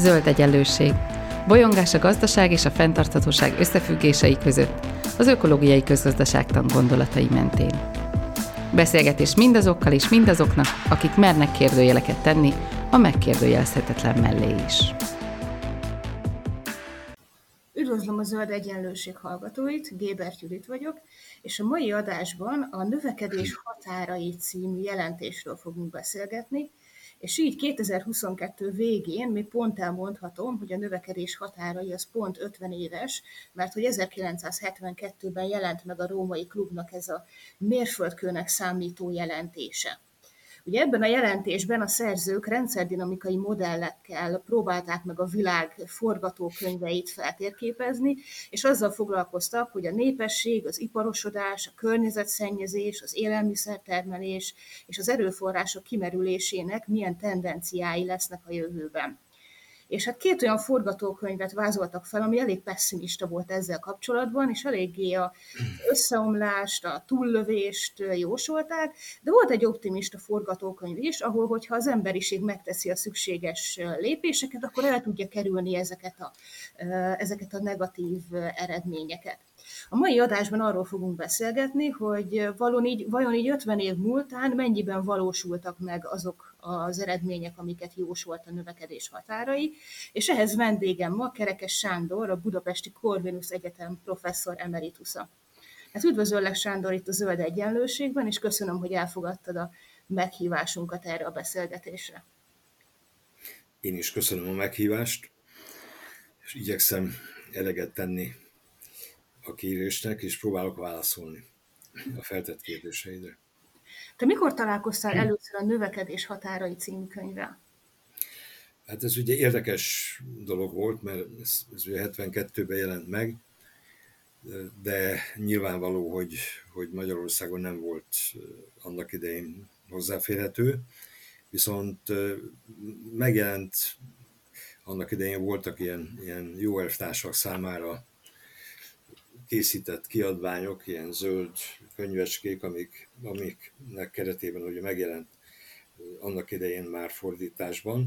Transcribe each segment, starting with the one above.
Zöld egyenlőség. Bolyongás a gazdaság és a fenntarthatóság összefüggései között, az ökológiai közgazdaságtan gondolatai mentén. Beszélgetés mindazokkal és mindazoknak, akik mernek kérdőjeleket tenni a megkérdőjelezhetetlen mellé is. Üdvözlöm a Zöld Egyenlőség hallgatóit, Gébert Judit vagyok, és a mai adásban a Növekedés határai című jelentésről fogunk beszélgetni, és így 2022 végén még pont elmondhatom, hogy a növekedés határai az pont 50 éves, mert hogy 1972-ben jelent meg a Római Klubnak ez a mérföldkőnek számító jelentése. Ugye ebben a jelentésben a szerzők rendszerdinamikai modellekkel próbálták meg a világ forgatókönyveit feltérképezni, és azzal foglalkoztak, hogy a népesség, az iparosodás, a környezetszennyezés, az élelmiszertermelés és az erőforrások kimerülésének milyen tendenciái lesznek a jövőben. És hát két olyan forgatókönyvet vázoltak fel, ami elég pessimista volt ezzel kapcsolatban, és eléggé az összeomlást, a túllövést jósolták, de volt egy optimista forgatókönyv is, ahol, hogyha az emberiség megteszi a szükséges lépéseket, akkor el tudja kerülni ezeket a negatív eredményeket. A mai adásban arról fogunk beszélgetni, hogy vajon így 50 év múltán mennyiben valósultak meg azok az eredmények, amiket jósolt a növekedés határai, és ehhez vendégem ma Kerekes Sándor, a Budapesti Corvinus Egyetem professzor emeritusa. Hát üdvözöllek, Sándor, itt a Zöld Egyenlőségben, és köszönöm, hogy elfogadtad a meghívásunkat erre a beszélgetésre. Én is köszönöm a meghívást, és igyekszem eleget tenni a kérésnek, és próbálok válaszolni a feltett kérdéseidre. Te mikor találkoztál először a Növekedés határai című könyvvel? Hát ez ugye érdekes dolog volt, mert ez ugye 72-ben jelent meg, de nyilvánvaló, hogy Magyarországon nem volt annak idején hozzáférhető, viszont megjelent, annak idején voltak ilyen jó elvtársak számára készített kiadványok, ilyen zöld könyvecskék, amiknek keretében ugye megjelent annak idején már fordításban,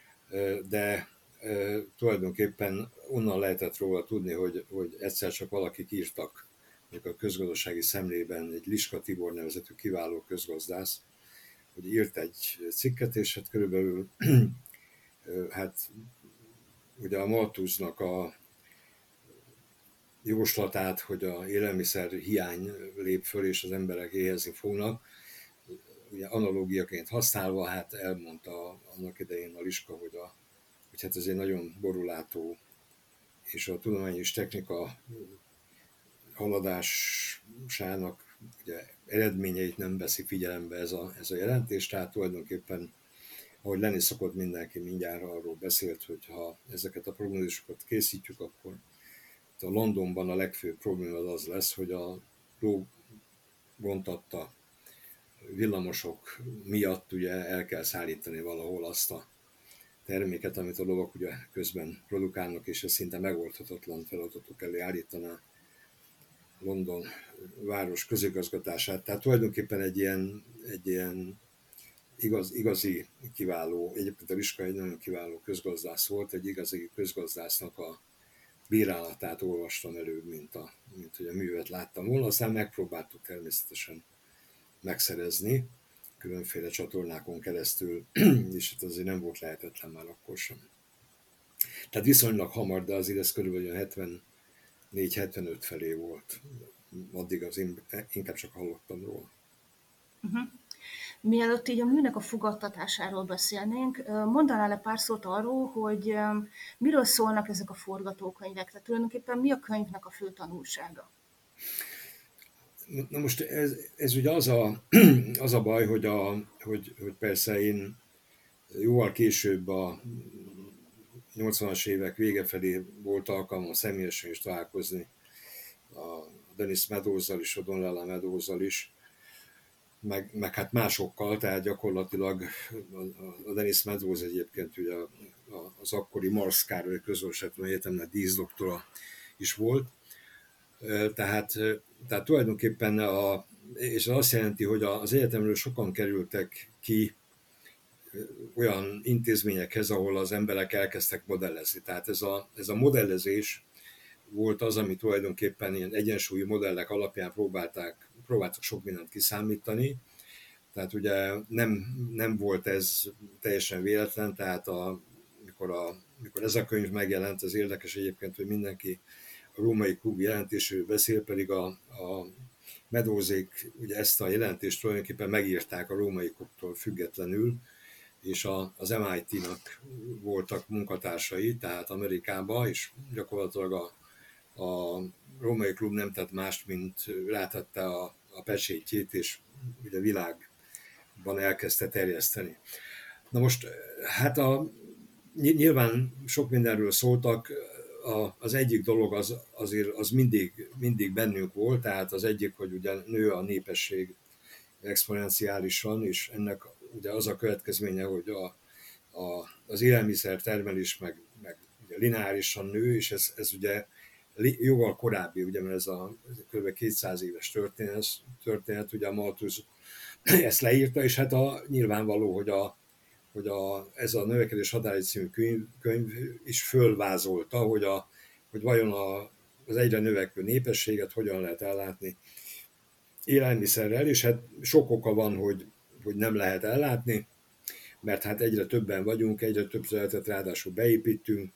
de tulajdonképpen onnan lehetett róla tudni, hogy egyszer csak valakik írtak, a közgazdasági szemlében egy Liska Tibor nevezetű kiváló közgazdász, hogy írt egy cikket, és hát körülbelül hát ugye a Malthusnak a javaslatát, hogy a élelmiszer hiány lép föl, és az emberek éhezni fognak, ugye analógiaként használva, hát elmondta annak idején a Liska, hogy hát ez egy nagyon borulátó, és a tudományos technika haladásának ugye eredményeit nem veszi figyelembe ez a jelentés, tehát tulajdonképpen, ahogy lenni szokott, mindenki mindjárt arról beszélt, hogy ha ezeket a prognózisokat készítjük, akkor a Londonban a legfőbb probléma az lesz, hogy a lóvontatta villamosok miatt ugye el kell szállítani valahol azt a terméket, amit a lovak ugye közben produkálnak, és ez szinte megoldhatatlan feladatok elé állítaná London város közigazgatását. Tehát tulajdonképpen egy ilyen igazi kiváló, egyébként a Liska egy nagyon kiváló közgazdász volt, egy igazi közgazdásznak a bírálatát olvastam előbb, mint hogy a művet láttam volna, aztán megpróbáltuk természetesen megszerezni különféle csatornákon keresztül, és hát azért nem volt lehetetlen már akkor sem. Tehát viszonylag hamar, de azért ez körülbelül 74-75 felé volt. Addig az inkább csak hallottam róla. Mielőtt így a műnek a fogadtatásáról beszélnénk, mondanál-e pár szót arról, hogy miről szólnak ezek a forgatókönyvek? Tehát tulajdonképpen mi a könyvnek a fő tanulsága? Na most ez ugye az a baj, hogy persze én jóval később a 80-as évek vége felé volt alkalmam személyesen is találkozni a Dennis Meadowsal is, a Donella Meadowsal is, meg hát másokkal, tehát gyakorlatilag a Dennis Meadows egyébként ugye az akkori Marx Károly Közgazdaságtudományi Egyetemnek díszdoktora is volt. Tehát tulajdonképpen és az azt jelenti, hogy az egyetemről sokan kerültek ki olyan intézményekhez, ahol az emberek elkezdtek modellezni. Tehát ez a modellezés volt az, ami tulajdonképpen ilyen egyensúlyi modellek alapján próbáltak sok mindent kiszámítani. Tehát ugye nem volt ez teljesen véletlen, tehát mikor ez a könyv megjelent, az érdekes egyébként, hogy mindenki a római klub jelentéséről beszél, pedig a Meadowsék ugye ezt a jelentést tulajdonképpen megírták a római klubtól függetlenül, és az MIT-nak voltak munkatársai, tehát Amerikában, és gyakorlatilag a római klub nem tett mást, mint rátette a pecsétjét, és ugye világban elkezdte terjeszteni. Na most, hát nyilván sok mindenről szóltak, az egyik dolog az mindig bennünk volt, tehát az egyik, hogy ugye nő a népesség exponenciálisan, és ennek ugye az a következménye, hogy az élelmiszer termelés meg ugye lineárisan nő, és ez ugye jóval korábbi, ugye, mert ez a kb. 200 éves történet ugye a Malthus ezt leírta, és hát nyilvánvaló, hogy ez a Növekedés határai című könyv is fölvázolta, hogy vajon az egyre növekvő népességet hogyan lehet ellátni élelmiszerrel, és hát sok oka van, hogy nem lehet ellátni, mert hát egyre többen vagyunk, egyre több területet ráadásul beépítünk,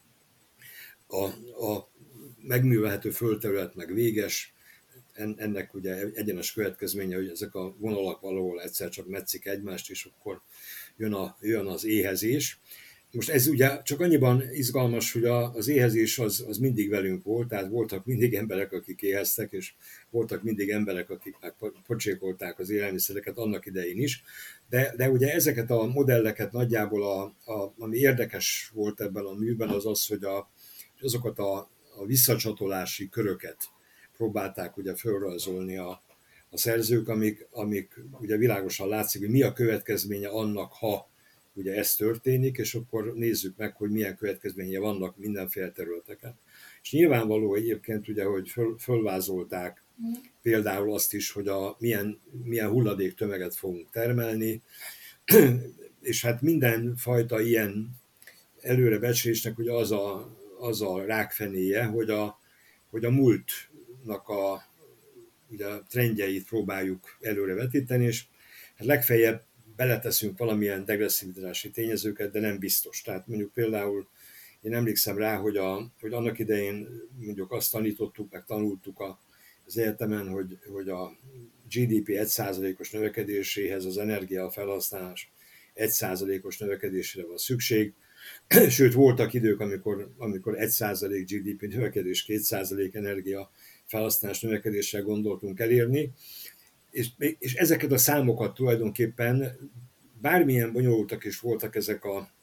a megművelhető földterület meg véges, ennek ugye egyenes következménye, hogy ezek a vonalak valahol egyszer csak metszik egymást, és akkor jön az éhezés. Most ez ugye csak annyiban izgalmas, hogy az éhezés az mindig velünk volt, tehát voltak mindig emberek, akik éheztek, és voltak mindig emberek, akik meg pocsékolták az élelmiszereket annak idején is. De ugye ezeket a modelleket nagyjából, ami érdekes volt ebben a műben, az, hogy azokat a visszacsatolási köröket próbálták ugye felrajzolni a szerzők, amik ugye világosan látszik, hogy mi a következménye annak, ha ugye ez történik, és akkor nézzük meg, hogy milyen következménye vannak mindenféle területeken. És nyilvánvaló egyébként ugye, hogy fölvázolták például azt is, hogy milyen hulladéktömeget fogunk termelni, és hát mindenfajta ilyen előrebecslésnek ugye az a rákfenéje, hogy a múltnak ugye a trendjeit próbáljuk előrevetíteni, és hát legfeljebb beleteszünk valamilyen degresszivitási tényezőket, de nem biztos. Tehát mondjuk például én emlékszem rá, hogy annak idején mondjuk azt tanítottuk, meg tanultuk az egyetemen, hogy a GDP 1%-os növekedéséhez az energiafelhasználás 1%-os növekedésére van szükség. Sőt, voltak idők, amikor 1% GDP növekedés, 2% energia felhasználás növekedéssel gondoltunk elérni, és ezeket a számokat tulajdonképpen bármilyen bonyolultak is voltak ezek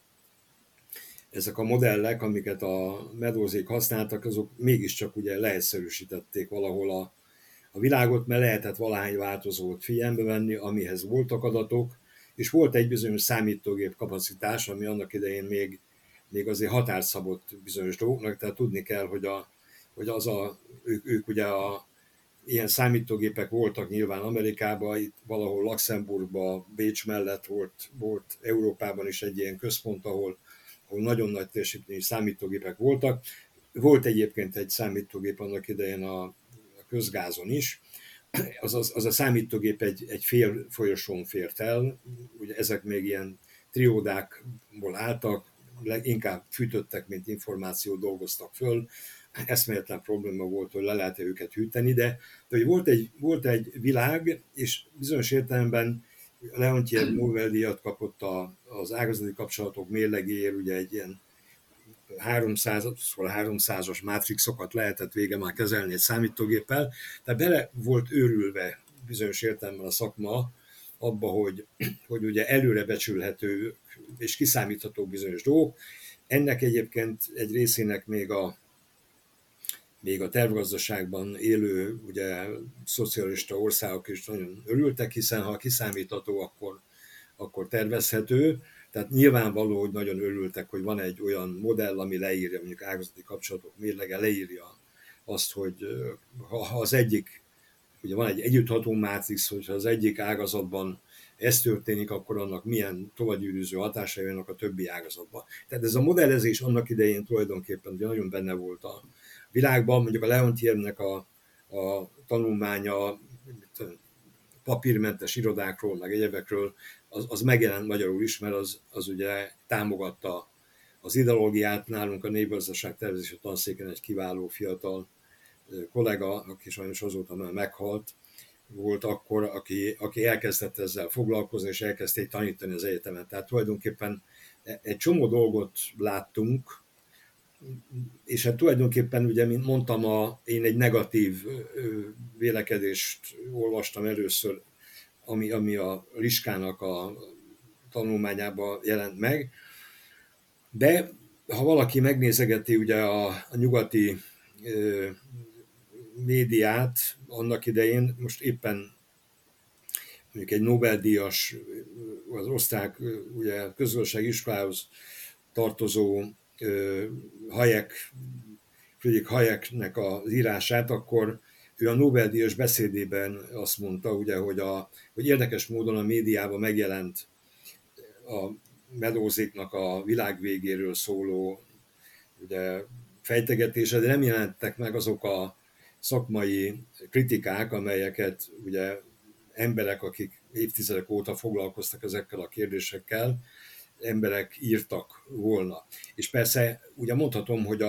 a modellek, amiket a Meadowsék használtak, azok mégiscsak ugye leegyszerűsítették valahol a világot, mert lehetett valahány változót figyelembe venni, amihez voltak adatok, és volt egy bizonyos számítógép kapacitás, ami annak idején még azért határt szabott bizonyos dolgoknak, tehát tudni kell, hogy ők ugye ilyen számítógépek voltak nyilván Amerikában, itt valahol Luxemburgban, Bécs mellett volt Európában is egy ilyen központ, ahol nagyon nagy teljesítményű számítógépek voltak. Volt egyébként egy számítógép annak idején a közgázon is. Az a számítógép egy fél folyosón fért el, ugye ezek még ilyen triódákból álltak, inkább fűtöttek, mint információt dolgoztak föl. Eszméletlen probléma volt, hogy le lehet őket hűteni, de hogy volt egy világ, és bizonyos értelemben Leontiev Nobel-díjat kapott az ágazati kapcsolatok mérlegéért, ugye egy ilyen 300-as mátrixokat lehetett vége már kezelni egy számítógéppel, tehát bele volt őrülve bizonyos értelemben a szakma abba, hogy ugye előre becsülhető és kiszámítható bizonyos dolgok. Ennek egyébként egy részének még a tervgazdaságban élő ugye, szocialista országok is nagyon örültek, hiszen ha kiszámítható, akkor tervezhető. Tehát nyilvánvaló, hogy nagyon örültek, hogy van egy olyan modell, ami leírja, mondjuk ágazati kapcsolatok mérlege, leírja azt, hogy ha az egyik, ugye van egy együttható mátrix, hogyha az egyik ágazatban ez történik, akkor annak milyen tovagyűrűző hatásai vannak a többi ágazatban. Tehát ez a modellezés annak idején tulajdonképpen ugye nagyon benne volt a világban, mondjuk a Leontievnek a tanulmánya papírmentes irodákról, meg egyebekről, az megjelent magyarul is, mert az ugye támogatta az ideológiát. Nálunk a népgazdaság tervezési tanszéken egy kiváló fiatal kollega, aki sajnos azóta már meghalt, volt akkor, aki elkezdett ezzel foglalkozni, és elkezdték tanítani az egyetemen. Tehát tulajdonképpen egy csomó dolgot láttunk, és hát tulajdonképpen, ugye, mint mondtam, én egy negatív vélekedést olvastam először, ami a Liskának a tanulmányában jelent meg, de ha valaki megnézegeti ugye a nyugati médiát annak idején, most éppen mondjuk egy Nobel-díjas, az osztrák ugye, közgazdasági iskolához tartozó Friedrich Hayeknek az írását, akkor ő a Nobel-díjas beszédében azt mondta, ugye, hogy érdekes módon a médiában megjelent a Meadowséknak a világ végéről szóló ugye, fejtegetése, de nem jelentek meg azok a szakmai kritikák, amelyeket ugye emberek, akik évtizedek óta foglalkoztak ezekkel a kérdésekkel, emberek írtak volna. És persze ugye mondhatom, hogy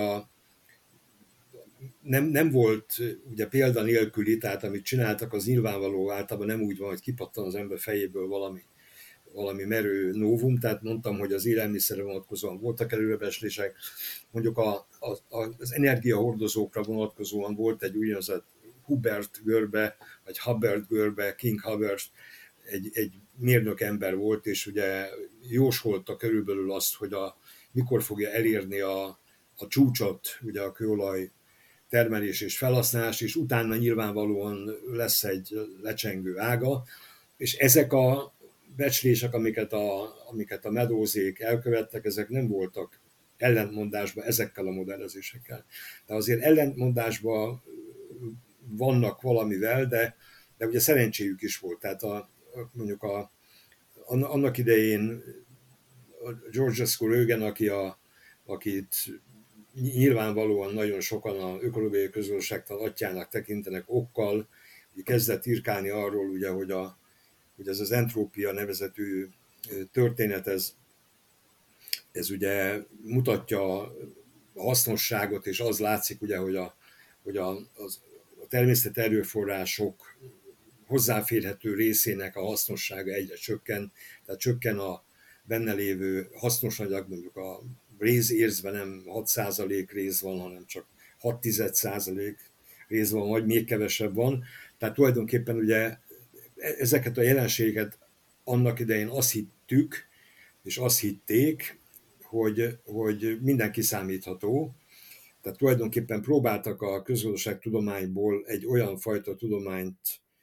nem volt ugye példa nélküli, tehát amit csináltak, az nyilvánvaló, általában nem úgy van, hogy kipattan az ember fejéből valami merő novum, tehát mondtam, hogy az élelmiszerre vonatkozóan voltak előrebecslések, mondjuk az energiahordozókra vonatkozóan volt egy úgynevezett Hubbert görbe, vagy Hubbert görbe, King Hubbert, egy mérnök ember volt, és ugye jósolta körülbelül azt, hogy mikor fogja elérni a csúcsot, ugye a kőolaj termelés és felhasználás, és utána nyilvánvalóan lesz egy lecsengő ága, és ezek a becslések, amiket a Meadowsék elkövettek, ezek nem voltak ellentmondásban ezekkel a modellezésekkel. De azért ellentmondásban vannak valamivel, de ugye szerencséjük is volt. Tehát mondjuk annak idején a Georgescu Roegen, akit nyilvánvalóan nagyon sokan az ökológiai közgazdaságtan atyának tekintenek okkal, kezdett írkálni arról, ugye, hogy ez az entrópia nevezetű történet, ez ugye mutatja a hasznosságot, és az látszik, ugye, hogy a természeti erőforrások hozzáférhető részének a hasznossága egyre csökken, tehát csökken a benne lévő hasznos anyag, mondjuk a rézérzben nem 6% réz van, hanem csak 0,6% réz van, vagy még kevesebb van. Tehát tulajdonképpen ugye ezeket a jelenségeket annak idején azt hittük, és azt hitték, hogy minden kiszámítható. Tehát tulajdonképpen próbáltak a közgazdaságtudományból egy olyan fajta tudományt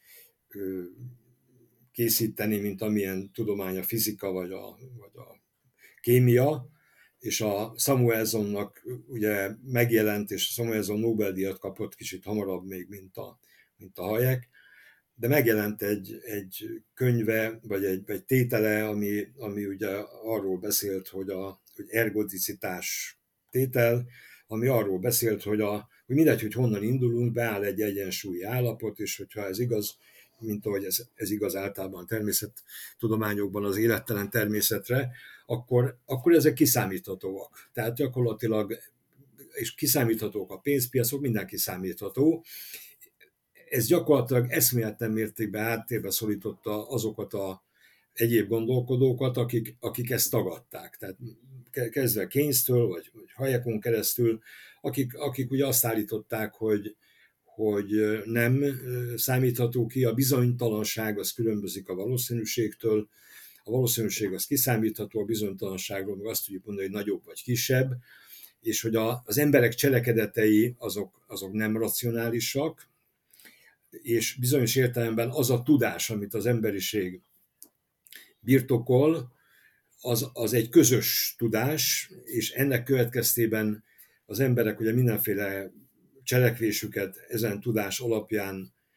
készíteni, mint amilyen tudomány a fizika vagy a kémia, és a Samuelsonnak ugye megjelent, és Samuelson Nobel-díjat kapott kicsit hamarabb még, mint a Hayek, de megjelent egy könyve, vagy egy tétele, ami ugye arról beszélt, hogy ergodicitás tétel, ami arról beszélt, hogy mindegy, hogy honnan indulunk, beáll egy egyensúlyi állapot, és hogyha ez igaz, mint ahogy ez igaz általában a természettudományokban az élettelen természetre, akkor ezek kiszámíthatóak. Tehát gyakorlatilag, és kiszámíthatók a pénzpiacok, minden kiszámítható. Ez gyakorlatilag eszméletlen mértékben háttérbe szorította azokat a egyéb gondolkodókat, akik ezt tagadták. Tehát kezdve Keynes-től, vagy Hayekon keresztül, akik ugye azt állították, hogy nem számítható ki, a bizonytalanság az különbözik a valószínűségtől, a valószínűség az kiszámítható, a bizonytalanságról meg azt tudjuk mondani, hogy nagyobb vagy kisebb, és hogy az emberek cselekedetei azok nem racionálisak, és bizonyos értelemben az a tudás, amit az emberiség birtokol, az egy közös tudás, és ennek következtében az emberek ugye mindenféle cselekvésüket ezen tudás alapján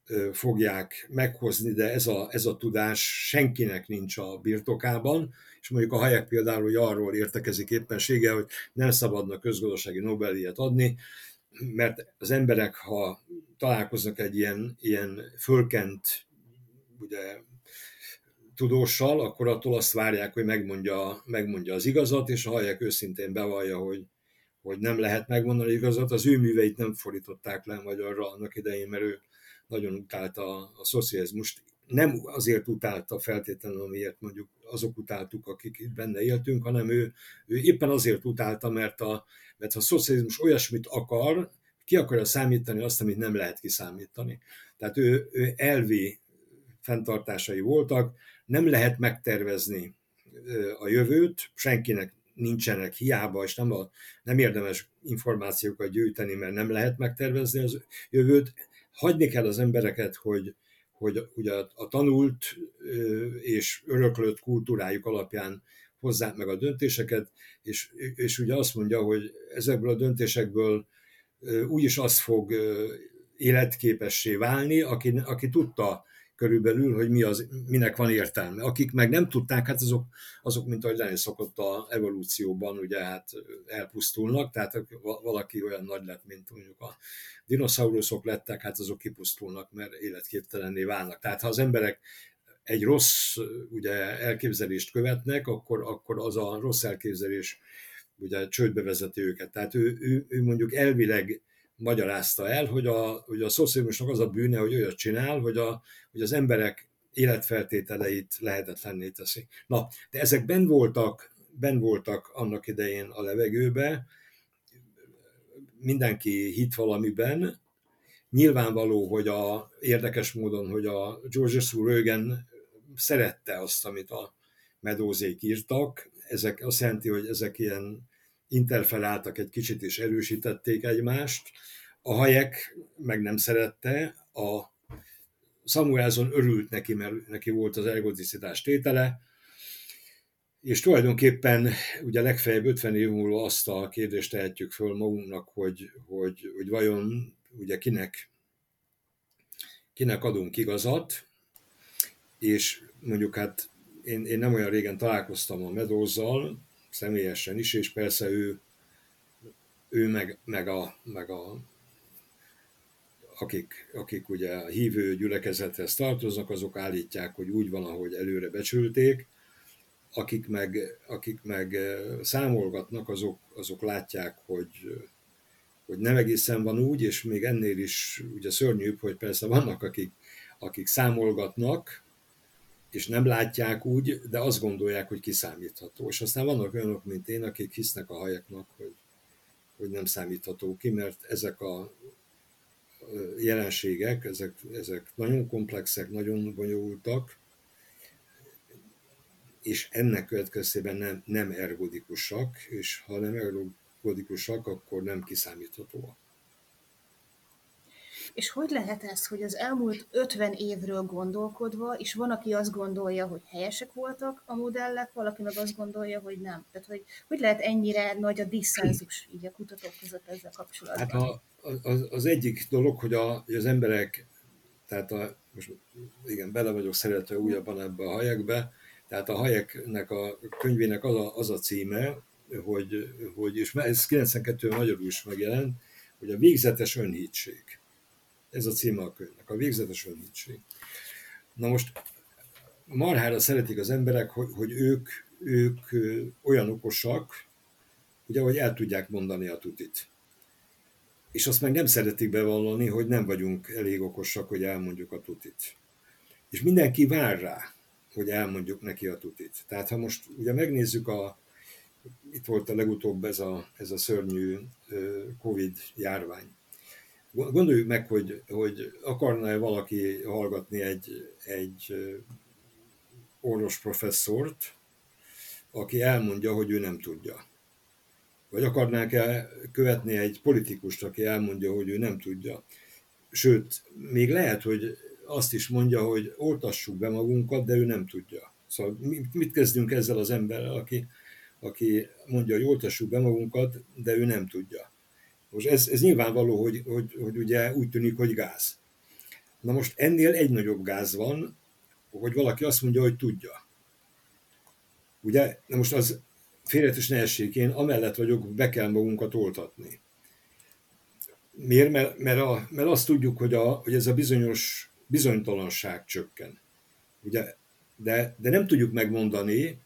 fogják meghozni, de ez a tudás senkinek nincs a birtokában, és mondjuk a Hayek például hogy arról értekezik éppenséggel, hogy nem szabadna közgazdasági Nobel-díjat adni, mert az emberek, ha találkoznak egy ilyen fölkent ugye, tudóssal, akkor attól azt várják, hogy megmondja az igazat, és a Hayek őszintén bevallja, hogy nem lehet megmondani igazat. Az ő műveit nem fordították le magyarra annak idején, mert ő nagyon utálta a szocializmust. Nem azért utálta feltétlenül, amiért mondjuk azok utáltuk, akik itt benne éltünk, hanem ő éppen azért utálta, mert a szocializmus olyasmit akar, ki akarja számítani azt, amit nem lehet kiszámítani. Tehát ő elvi fenntartásai voltak, nem lehet megtervezni a jövőt, senkinek nincsenek hiába, és nem érdemes információkat gyűjteni, mert nem lehet megtervezni az jövőt. Hagyni kell az embereket, hogy ugye a tanult és öröklött kultúrájuk alapján hozzák meg a döntéseket, és ugye azt mondja, hogy ezekből a döntésekből úgyis az fog életképessé válni, aki tudta körülbelül, hogy minek van értelme. Akik meg nem tudták, hát azok mint ahogy lenni szokott a evolúcióban, ugye hát elpusztulnak, tehát valaki olyan nagy lett, mint mondjuk a dinoszauruszok lettek, hát azok kipusztulnak, mert életképtelenné válnak. Tehát ha az emberek egy rossz ugye, elképzelést követnek, akkor az a rossz elképzelés ugye csődbe vezeti őket. Tehát ő mondjuk elvileg magyarázta el, hogy a szocializmusnak az a bűne, hogy olyat csinál, hogy az emberek életfeltételeit lehetetlenné teszi. Na, de ezek benn voltak annak idején a levegőbe, mindenki hitt valamiben. Nyilvánvaló, hogy érdekes módon, hogy a George S. Rogan szerette azt, amit a Meadowsék írtak. Ezek azt jelenti, hogy ezek ilyen interferáltak, egy kicsit is erősítették egymást. A Hayek meg nem szerette, a Samuelson örült neki, mert neki volt az ergodicitás tétele, és tulajdonképpen ugye legfeljebb 50 év múlva azt a kérdést tehetjük föl magunknak, hogy vajon ugye kinek adunk igazat, és mondjuk hát én nem olyan régen találkoztam a Meadowsszal, személyesen is, és persze ő meg akik ugye a hívő gyülekezethez tartoznak, azok állítják, hogy úgy van, ahogy előre becsülték, akik meg számolgatnak, azok látják, hogy nem egészen van úgy, és még ennél is ugye szörnyűbb, hogy persze vannak, akik számolgatnak, és nem látják úgy, de azt gondolják, hogy kiszámítható. És aztán vannak olyanok, mint én, akik hisznek a Hayeknak, hogy nem számítható ki, mert ezek a jelenségek, ezek nagyon komplexek, nagyon bonyolultak, és ennek következtében nem ergodikusak, és ha nem ergodikusak, akkor nem kiszámíthatóak. És hogy lehet ez, hogy az elmúlt 50 évről gondolkodva, és van, aki azt gondolja, hogy helyesek voltak a modellek, valaki meg azt gondolja, hogy nem. Tehát, hogy lehet ennyire nagy a disszenzus így a kutatók között ezzel kapcsolatban? Hát az egyik dolog, hogy az emberek, tehát most igen, bele vagyok szeretve újabban ebbe a Hayekbe, tehát a Hayeknek a könyvének az a címe, hogy és ez 92-ben magyarul is megjelent, hogy a végzetes önhittség. Ez a címe a könyvnek, a végzetes önhittség. Na most marhára szeretik az emberek, hogy ők olyan okosak, ugye, hogy el tudják mondani a tutit. És azt meg nem szeretik bevallani, hogy nem vagyunk elég okosak, hogy elmondjuk a tutit. És mindenki vár rá, hogy elmondjuk neki a tutit. Tehát ha most ugye megnézzük, itt volt a legutóbb ez a szörnyű Covid járvány. Gondoljuk meg, hogy akarna-e valaki hallgatni egy orvos professzort, aki elmondja, hogy ő nem tudja. Vagy akarnák-e követni egy politikust, aki elmondja, hogy ő nem tudja. Sőt, még lehet, hogy azt is mondja, hogy oltassuk be magunkat, de ő nem tudja. Szóval mit kezdünk ezzel az emberrel, aki mondja, hogy oltassuk be magunkat, de ő nem tudja. Most ez nyilvánvaló, hogy ugye úgy tűnik, hogy gáz. Na most ennél egy nagyobb gáz van, hogy valaki azt mondja, hogy tudja. Ugye, na most az félretes ne essék, én amellett vagyok, be kell magunkat oltatni. Miért? Mert azt tudjuk, hogy ez a bizonyos bizonytalanság csökken. Ugye, de nem tudjuk megmondani,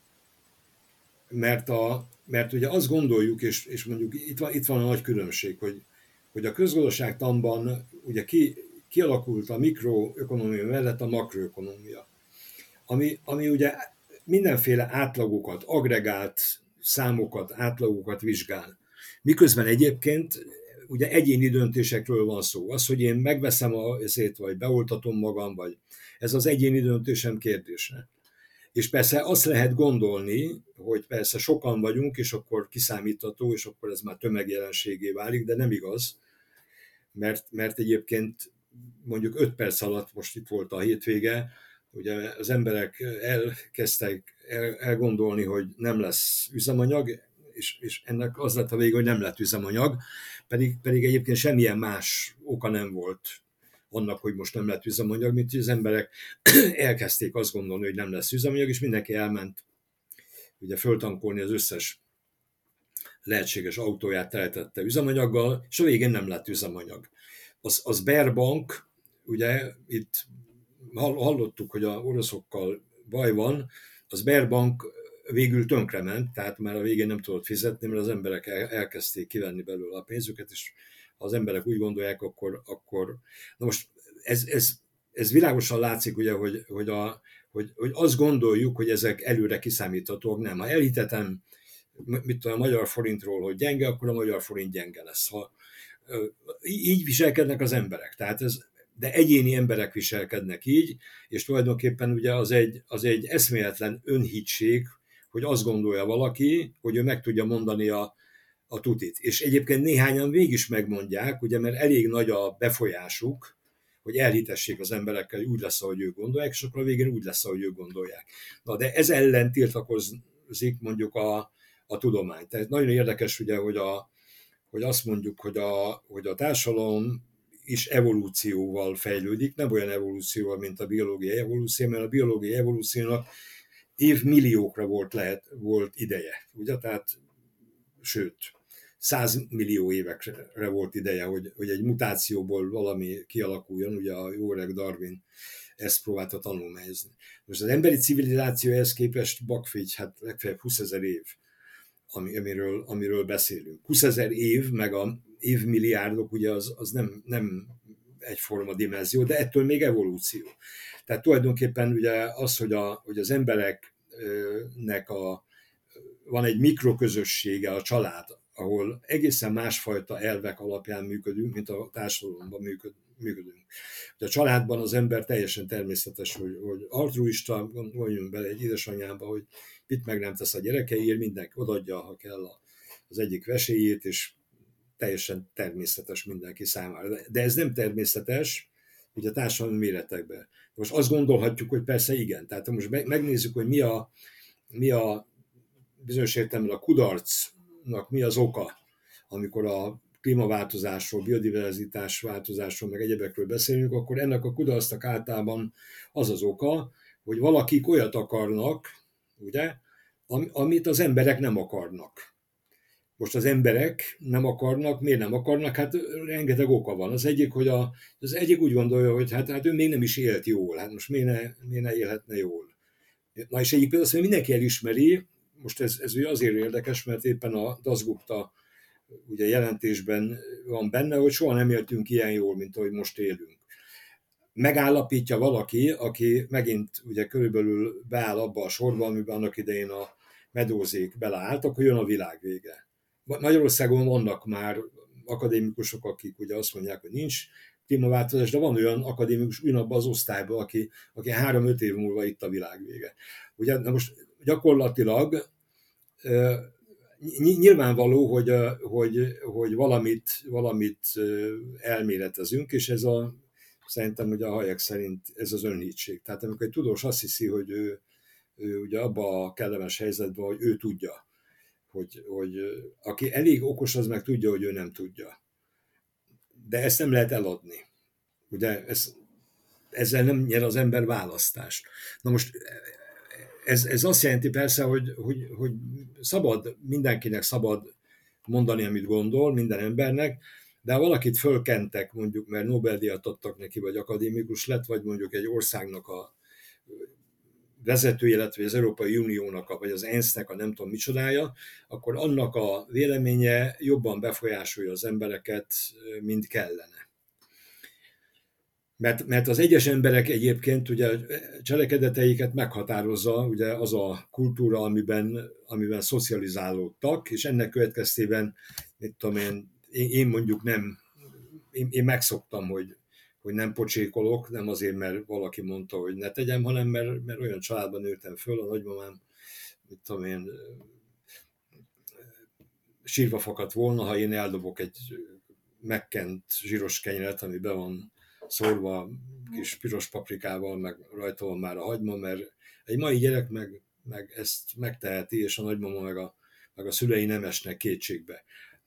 mert ugye azt gondoljuk, és mondjuk itt van a nagy különbség, hogy a közgazdaságtanban ugye kialakult a mikroökonomia mellett a makroökonomia, ami ugye mindenféle átlagokat, agregált számokat, átlagokat vizsgál. Miközben egyébként ugye egyéni döntésekről van szó. Az, hogy én megveszem ezért, vagy beoltatom magam, vagy ez az egyéni döntésem kérdése. És persze azt lehet gondolni, hogy persze sokan vagyunk, és akkor kiszámítható, és akkor ez már tömegjelenségé válik, de nem igaz, mert egyébként mondjuk 5 perc alatt, most itt volt a hétvége, ugye az emberek elkezdtek elgondolni, hogy nem lesz üzemanyag, és ennek az lett a vége, hogy nem lett üzemanyag, pedig egyébként semmilyen más oka nem volt annak, hogy most nem lett üzemanyag, mint hogy az emberek elkezdték azt gondolni, hogy nem lesz üzemanyag, és mindenki elment ugye föltankolni az összes lehetséges autóját teletette üzemanyaggal, és a végén nem lett üzemanyag. Az Sberbank, ugye itt hallottuk, hogy a oroszokkal baj van, az Sberbank végül tönkrement, tehát már a végén nem tudott fizetni, mert az emberek elkezdték kivenni belőle a pénzüket, és ha az emberek úgy gondolják, akkor na most ez világosan látszik, ugye, hogy azt gondoljuk, hogy ezek előre kiszámíthatóak, nem. Ha elhitetem, mit tudom, a magyar forintról, hogy gyenge, akkor a magyar forint gyenge lesz. Így viselkednek az emberek. Tehát de egyéni emberek viselkednek így, és tulajdonképpen ugye az egy eszméletlen önhittség, hogy azt gondolja valaki, hogy ő meg tudja mondani a tutit. És egyébként néhányan végig is megmondják, ugye, mert elég nagy a befolyásuk, hogy elhitessék az emberekkel, hogy úgy lesz, ahogy ők gondolják, és akkor a végén úgy lesz, ahogy ők gondolják. Na, de ez ellen tiltakozik mondjuk a tudomány. Tehát nagyon érdekes, ugye, hogy azt mondjuk, hogy a társadalom is evolúcióval fejlődik, nem olyan evolúcióval, mint a biológiai evolúció, mert a biológiai evolúciónak évmilliókra volt ideje. Ugye? Tehát, sőt, 100 millió évekre volt ideje, hogy egy mutációból valami kialakuljon, ugye a jó öreg Darwin ezt próbálta tanulmányozni. Most az emberi civilizáció ehhez képest bakfigy, hát legfeljebb 20 000 év, amiről beszélünk. 20 000 év, meg a évmilliárdok, ugye az nem egyforma dimenzió, de ettől még evolúció. Tehát tulajdonképpen ugye az, hogy az embereknek van egy mikroközössége, a család, ahol egészen másfajta elvek alapján működünk, mint a társadalomban működünk. A családban az ember teljesen természetes, hogy altruista, gondoljunk bele egy édesanyába, hogy mit meg nem tesz a gyerekeiért, mindenki odaadja, ha kell az egyik vesélyét, és teljesen természetes mindenki számára. De ez nem természetes, ugye a társadalmi méretekben. Most azt gondolhatjuk, hogy persze igen. Tehát most megnézzük, hogy mi a bizonyos értelemben a kudarcnak mi az oka, amikor a klímaváltozásról, biodiverzitás változásról, meg egyebekről beszélünk, akkor ennek a kudarcnak általában az az oka, hogy valakik olyat akarnak, ugye, amit az emberek nem akarnak. Most az emberek nem akarnak, miért nem akarnak? Hát rengeteg oka van. Az egyik, hogy az egyik úgy gondolja, hogy hát ő még nem is élt jól, hát most miért ne élhetne jól. Na és egyik például azt mondja, mindenki elismeri, most ez ugye azért érdekes, mert éppen a Dasgupta ugye jelentésben van benne, hogy soha nem éltünk ilyen jól, mint ahogy most élünk. Megállapítja valaki, aki megint ugye körülbelül beáll abba a sorba, amiben annak idején a medózék beleálltak, hogy jön a világ vége. Magyarországon vannak már akadémikusok, akik ugye azt mondják, hogy nincs klímaváltozás, de van olyan akadémikus ugyanabban az osztályban, aki 3-5 év múlva itt a világ vége. Ugye, na most gyakorlatilag nyilvánvaló, hogy valamit elméletezünk, és szerintem ugye a Hayek szerint ez az önhittség. Tehát amikor egy tudós azt hiszi, hogy ő ugye abban a kellemes helyzetben, hogy ő tudja, hogy aki elég okos, az meg tudja, hogy ő nem tudja. De ezt nem lehet eladni. Ugye ezzel nem nyer az ember választást. Na most ez azt jelenti persze, hogy szabad, mindenkinek szabad mondani, amit gondol, minden embernek, de ha valakit fölkentek, mondjuk, mert Nobel-díjat adtak neki, vagy akadémikus lett, vagy mondjuk egy országnak a vezetője, illetve az Európai Uniónak, vagy az ENSZ-nek a nem tudom micsodája, akkor annak a véleménye jobban befolyásolja az embereket, mint kellene. Mert az egyes emberek egyébként ugye cselekedeteiket meghatározza ugye az a kultúra, amiben szocializálódtak, és ennek következtében, mit tudom én mondjuk nem, én megszoktam, hogy nem pocsékolok, nem azért, mert valaki mondta, hogy ne tegyem, hanem mert olyan családban nőttem föl, a nagymamám, mit tudom én, sírva fakadt volna, ha én eldobok egy megkent zsíros kenyeret, ami be van szórva kis piros paprikával, meg rajta van már a hagyma, mert egy mai gyerek meg ezt megteheti, és a nagymama meg a szülei nem esnek kétségbe.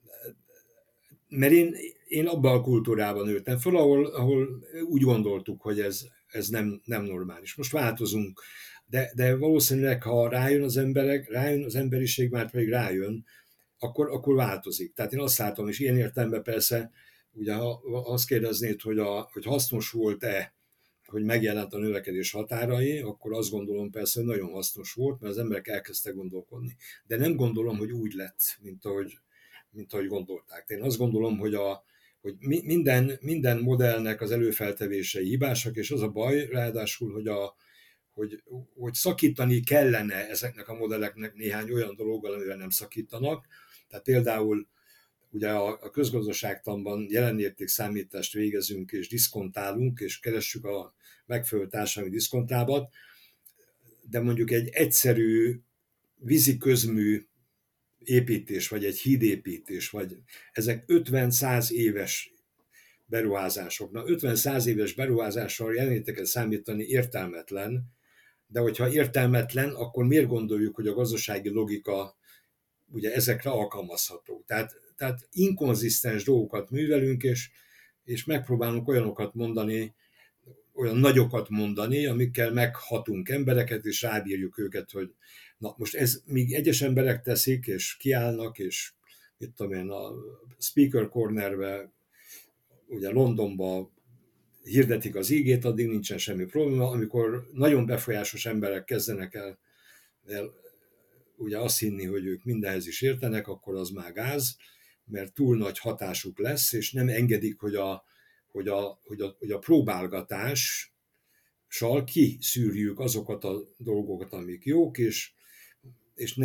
Mert én abban a kultúrában nőttem föl, ahol úgy gondoltuk, hogy ez nem normális. Most változunk, de valószínűleg, ha rájön az emberiség, már pedig rájön, akkor változik. Tehát én azt látom, és ilyen értelemben persze, ugye ha azt kérdeznéd, hogy hasznos volt-e, hogy megjelent a növekedés határai, akkor azt gondolom persze, hogy nagyon hasznos volt, mert az emberek elkezdtek gondolkodni. De nem gondolom, hogy úgy lett, mint ahogy gondolták. Én azt gondolom, hogy minden modellnek az előfeltevései hibásak, és az a baj, ráadásul, hogy szakítani kellene ezeknek a modelleknek néhány olyan dologgal, amivel nem szakítanak. Tehát például ugye a közgazdaságtanban jelenérték számítást végezünk, és diszkontálunk, és keressük a megfelelő társadalmi diszkontábat, de mondjuk egy egyszerű víziközmű építés, vagy egy hídépítés, vagy ezek 50-100 éves beruházások. Na, 50-100 éves beruházással jelenéteket számítani értelmetlen, de hogyha értelmetlen, akkor miért gondoljuk, hogy a gazdasági logika ugye ezekre alkalmazható. Tehát inkonzisztens dolgokat művelünk, és megpróbálunk olyanokat mondani, olyan nagyokat mondani, amikkel meghatunk embereket, és rábírjuk őket, hogy na most ez míg egyes emberek teszik, és kiállnak, és mit tudom én, a Speaker Cornerbe, ugye Londonba hirdetik az ígét, addig nincsen semmi probléma. Amikor nagyon befolyásos emberek kezdenek el ugye azt hinni, hogy ők mindenhez is értenek, akkor az már gáz, mert túl nagy hatásuk lesz, és nem engedik, hogy a próbálgatással kiszűrjük azokat a dolgokat, amik jók, és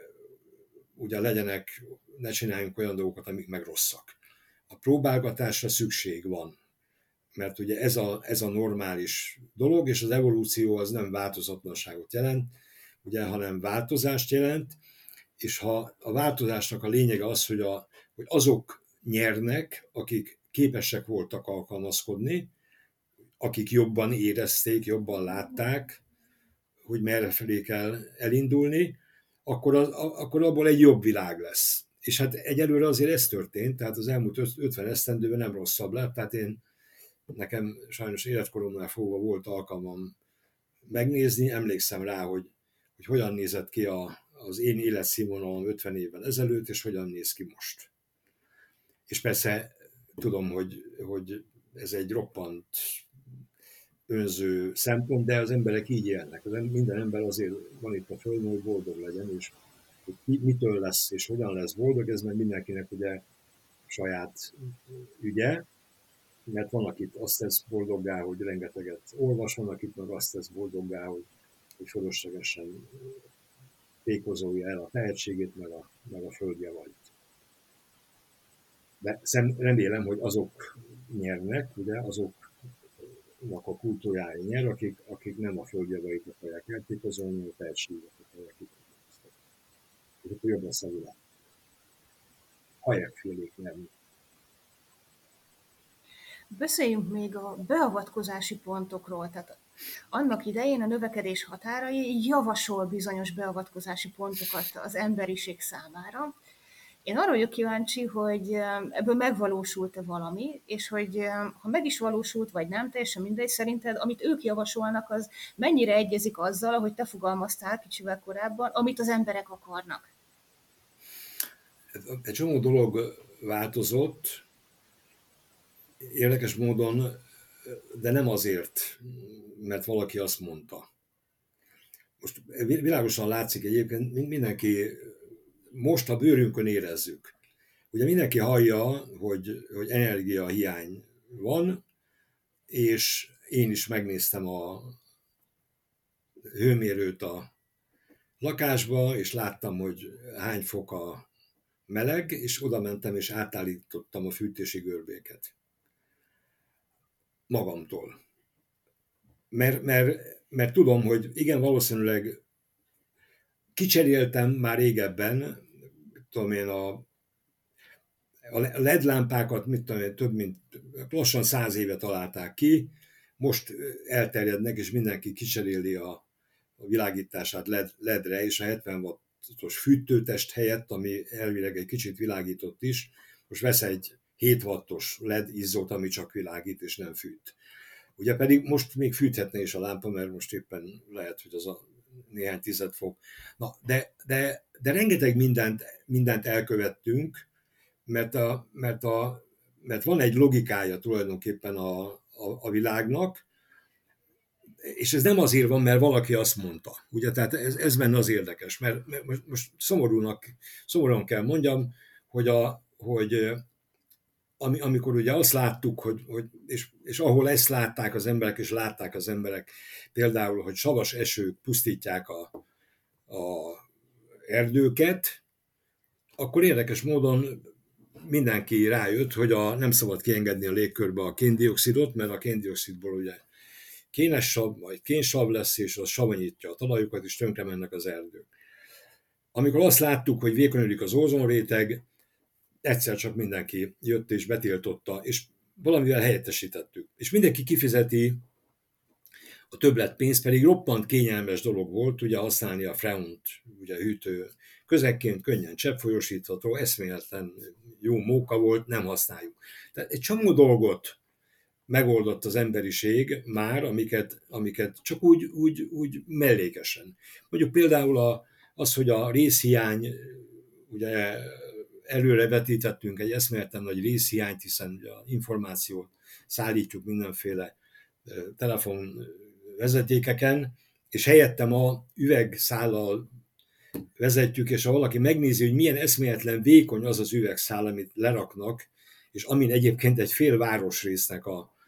ne csináljunk olyan dolgokat, amik meg rosszak. A próbálgatásra szükség van, mert ugye ez a normális dolog, és az evolúció az nem változatlanságot jelent, ugye, hanem változást jelent, és ha a változásnak a lényege az, hogy azok nyernek, akik képesek voltak alkalmazkodni, akik jobban érezték, jobban látták, hogy merre felé kell elindulni, akkor abból egy jobb világ lesz. És hát egyelőre azért ez történt, tehát az elmúlt 50 esztendőben nem rosszabb lett, tehát nekem sajnos életkoromnál fogva volt alkalmam megnézni, emlékszem rá, hogy hogyan nézett ki az én életszínvonalom 50 évvel ezelőtt, és hogyan néz ki most. És persze tudom, hogy ez egy roppant önző szempont, de az emberek így élnek. Minden ember azért van itt a földön, hogy boldog legyen, és hogy mitől lesz és hogyan lesz boldog, ez meg mindenkinek ugye saját ügye, mert van, akit azt tesz boldoggá, hogy rengeteget olvas, van, akit meg azt tesz boldoggá, hogy fölöslegesen tékozolja el a tehetségét, meg a földjavait. De remélem, hogy azok nyernek, ugye, azoknak a kultúrája nyer, akik nem a földjavait akarják eltékozolni, a tehetséget akarják kifejeztetni. És akkor jobb lesz a világ. Hajakfélék nyerni. Beszéljünk még a beavatkozási pontokról. Tehát annak idején a növekedés határai javasol bizonyos beavatkozási pontokat az emberiség számára, Én arra vagyok kíváncsi, hogy ebből megvalósult-e valami, és hogy ha meg is valósult, vagy nem, teljesen mindegy, szerinted, amit ők javasolnak, az mennyire egyezik azzal, ahogy te fogalmaztál kicsivel korábban, amit az emberek akarnak? Egy csomó dolog változott, érdekes módon, de nem azért, mert valaki azt mondta. Most világosan látszik egyébként, mindenki most a bőrünkön érezzük. Ugye mindenki hallja, hogy energiahiány van, és én is megnéztem a hőmérőt a lakásba, és láttam, hogy hány fok a meleg, és oda mentem, és átállítottam a fűtési görbéket. Magamtól. Mert tudom, hogy igen, valószínűleg kicseréltem már régebben, tudom én, a LED lámpákat, mit tudom én, több mint lassan 100 éve találták ki, most elterjednek, és mindenki kicseréli a világítását LED-re, és a 70 wattos fűtőtest helyett, ami elvileg egy kicsit világított is, most vesz egy 7 wattos LED izzót, ami csak világít, és nem fűt. Ugye pedig most még fűthetne is a lámpa, mert most éppen lehet, hogy az a néhány tized fok. Na, de rengeteg mindent elkövettünk, mert van egy logikája tulajdonképpen a világnak, és ez nem azért van, mert valaki azt mondta. Ugye, tehát ez benne az érdekes, mert most szomorúan kell mondjam, hogy amikor ugye azt láttuk, és ahol ezt látták az emberek, és látták az emberek például, hogy savas esők pusztítják a erdőket, akkor érdekes módon mindenki rájött, hogy nem szabad kiengedni a légkörbe a kén-dioxidot, mert a kén-dioxidból ugye kénes sav, vagy kénsav lesz, és az savanyítja a talajukat, és tönkre mennek az erdők. Amikor azt láttuk, hogy vékonyodik az ózonréteg, egyszer csak mindenki jött és betiltotta, és valamivel helyettesítettük. És mindenki kifizeti a többletpénzt, pedig roppant kényelmes dolog volt ugye használni a freont, ugye hűtő közekként, könnyen cseppfolyósítható, eszméletlen jó móka volt, nem használjuk. Tehát egy csomó dolgot megoldott az emberiség már, amiket csak úgy mellékesen. Mondjuk például az, hogy a részhiány, ugye előre vetítettünk egy eszméletlen nagy részhiányt, hiszen ugye az információt szállítjuk mindenféle telefonvezetékeken, és helyette ma üvegszállal vezetjük, és ha valaki megnézi, hogy milyen eszméletlen vékony az az üvegszál, amit leraknak, és amin egyébként egy fél városrésznek